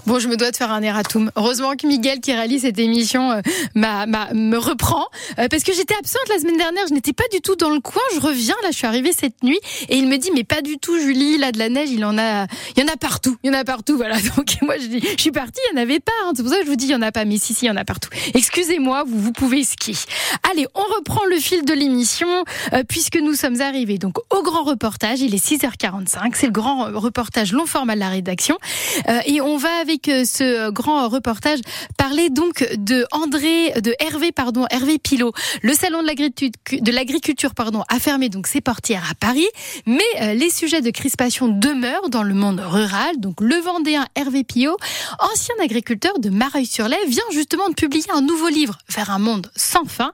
Bon, je me dois de faire un erratum. Heureusement que Miguel, qui réalise cette émission, me reprend. Parce que j'étais absente la semaine dernière, je n'étais pas du tout dans le coin. Je reviens, là, je suis arrivée cette nuit. Et il me dit, mais pas du tout, Julie, là, de la neige, il y en a partout. Il y en a partout, voilà. Donc, moi, je suis partie, il n'y en avait pas. Hein. C'est pour ça que je vous dis, il n'y en a pas. Mais si, il y en a partout. Excusez-moi, vous pouvez skier. Allez, on reprend le fil de l'émission, puisque nous sommes arrivés donc au grand reportage. Il est 6h45. C'est le grand reportage long format de la rédaction. Et on va avec ce grand reportage parler donc de Hervé Pilot. Le salon de l'agriculture a fermé donc ses portières à Paris, mais les sujets de crispation demeurent dans le monde rural. Donc le Vendéen Hervé Pilot, ancien agriculteur de Mareuil-sur-Lay, vient justement de publier un nouveau livre, Vers un monde sans fin,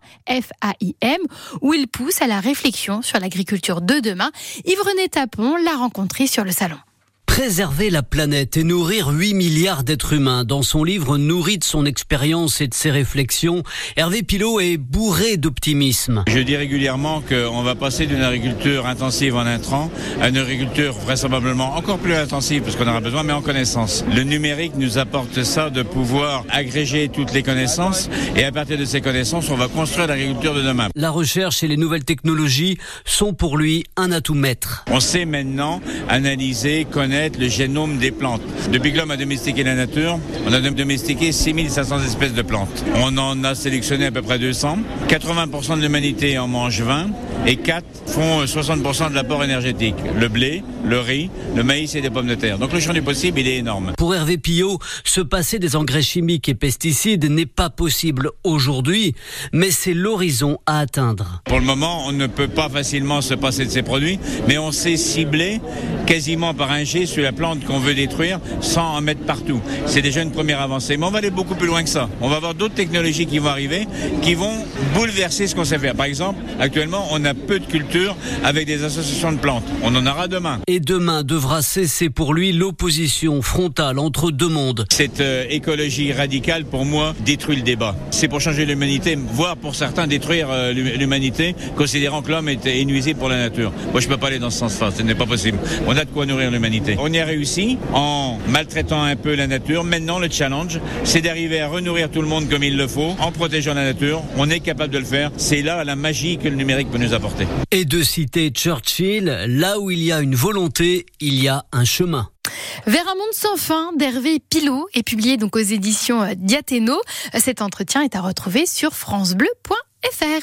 FAIM, où il pousse à la réflexion sur l'agriculture de demain. Yves-René Tapon l'a rencontré sur le salon. Préserver la planète et nourrir 8 milliards d'êtres humains. Dans son livre nourri de son expérience et de ses réflexions, Hervé Pilot est bourré d'optimisme. Je dis régulièrement qu'on va passer d'une agriculture intensive en intrants à une agriculture vraisemblablement encore plus intensive, parce qu'on aura besoin, mais en connaissances. Le numérique nous apporte ça, de pouvoir agréger toutes les connaissances, et à partir de ces connaissances, on va construire l'agriculture de demain. La recherche et les nouvelles technologies sont pour lui un atout maître. On sait maintenant analyser, connaître le génome des plantes. Depuis que l'homme a domestiqué la nature, on a domestiqué 6500 espèces de plantes. On en a sélectionné à peu près 200. 80% de l'humanité en mange 20 et 4 font 60% de l'apport énergétique. Le blé, le riz, le maïs et les pommes de terre. Donc le champ du possible, il est énorme. Pour Hervé Pilot, se passer des engrais chimiques et pesticides n'est pas possible aujourd'hui, mais c'est l'horizon à atteindre. Pour le moment, on ne peut pas facilement se passer de ces produits, mais on sait cibler quasiment par un jet sur la plante qu'on veut détruire sans en mettre partout. C'est déjà une première avancée, mais on va aller beaucoup plus loin que ça. On va avoir d'autres technologies qui vont arriver, qui vont bouleverser ce qu'on sait faire. Par exemple, actuellement, on a peu de cultures avec des associations de plantes. On en aura demain. Et demain devra cesser pour lui l'opposition frontale entre deux mondes. Cette écologie radicale, pour moi, détruit le débat. C'est pour changer l'humanité, voire pour certains détruire l'humanité, considérant que l'homme est nuisible pour la nature. Moi, je ne peux pas aller dans ce sens-là, ce n'est pas possible. On a de quoi nourrir l'humanité. On y a réussi en maltraitant un peu la nature. Maintenant, le challenge, c'est d'arriver à renourrir tout le monde comme il le faut, en protégeant la nature. On est capable de le faire. C'est là la magie que le numérique peut nous apporter. Et de citer Churchill, là où il y a une volonté, il y a un chemin. Vers un monde sans fin d'Hervé Pilot est publié donc aux éditions Diathéno. Cet entretien est à retrouver sur francebleu.fr.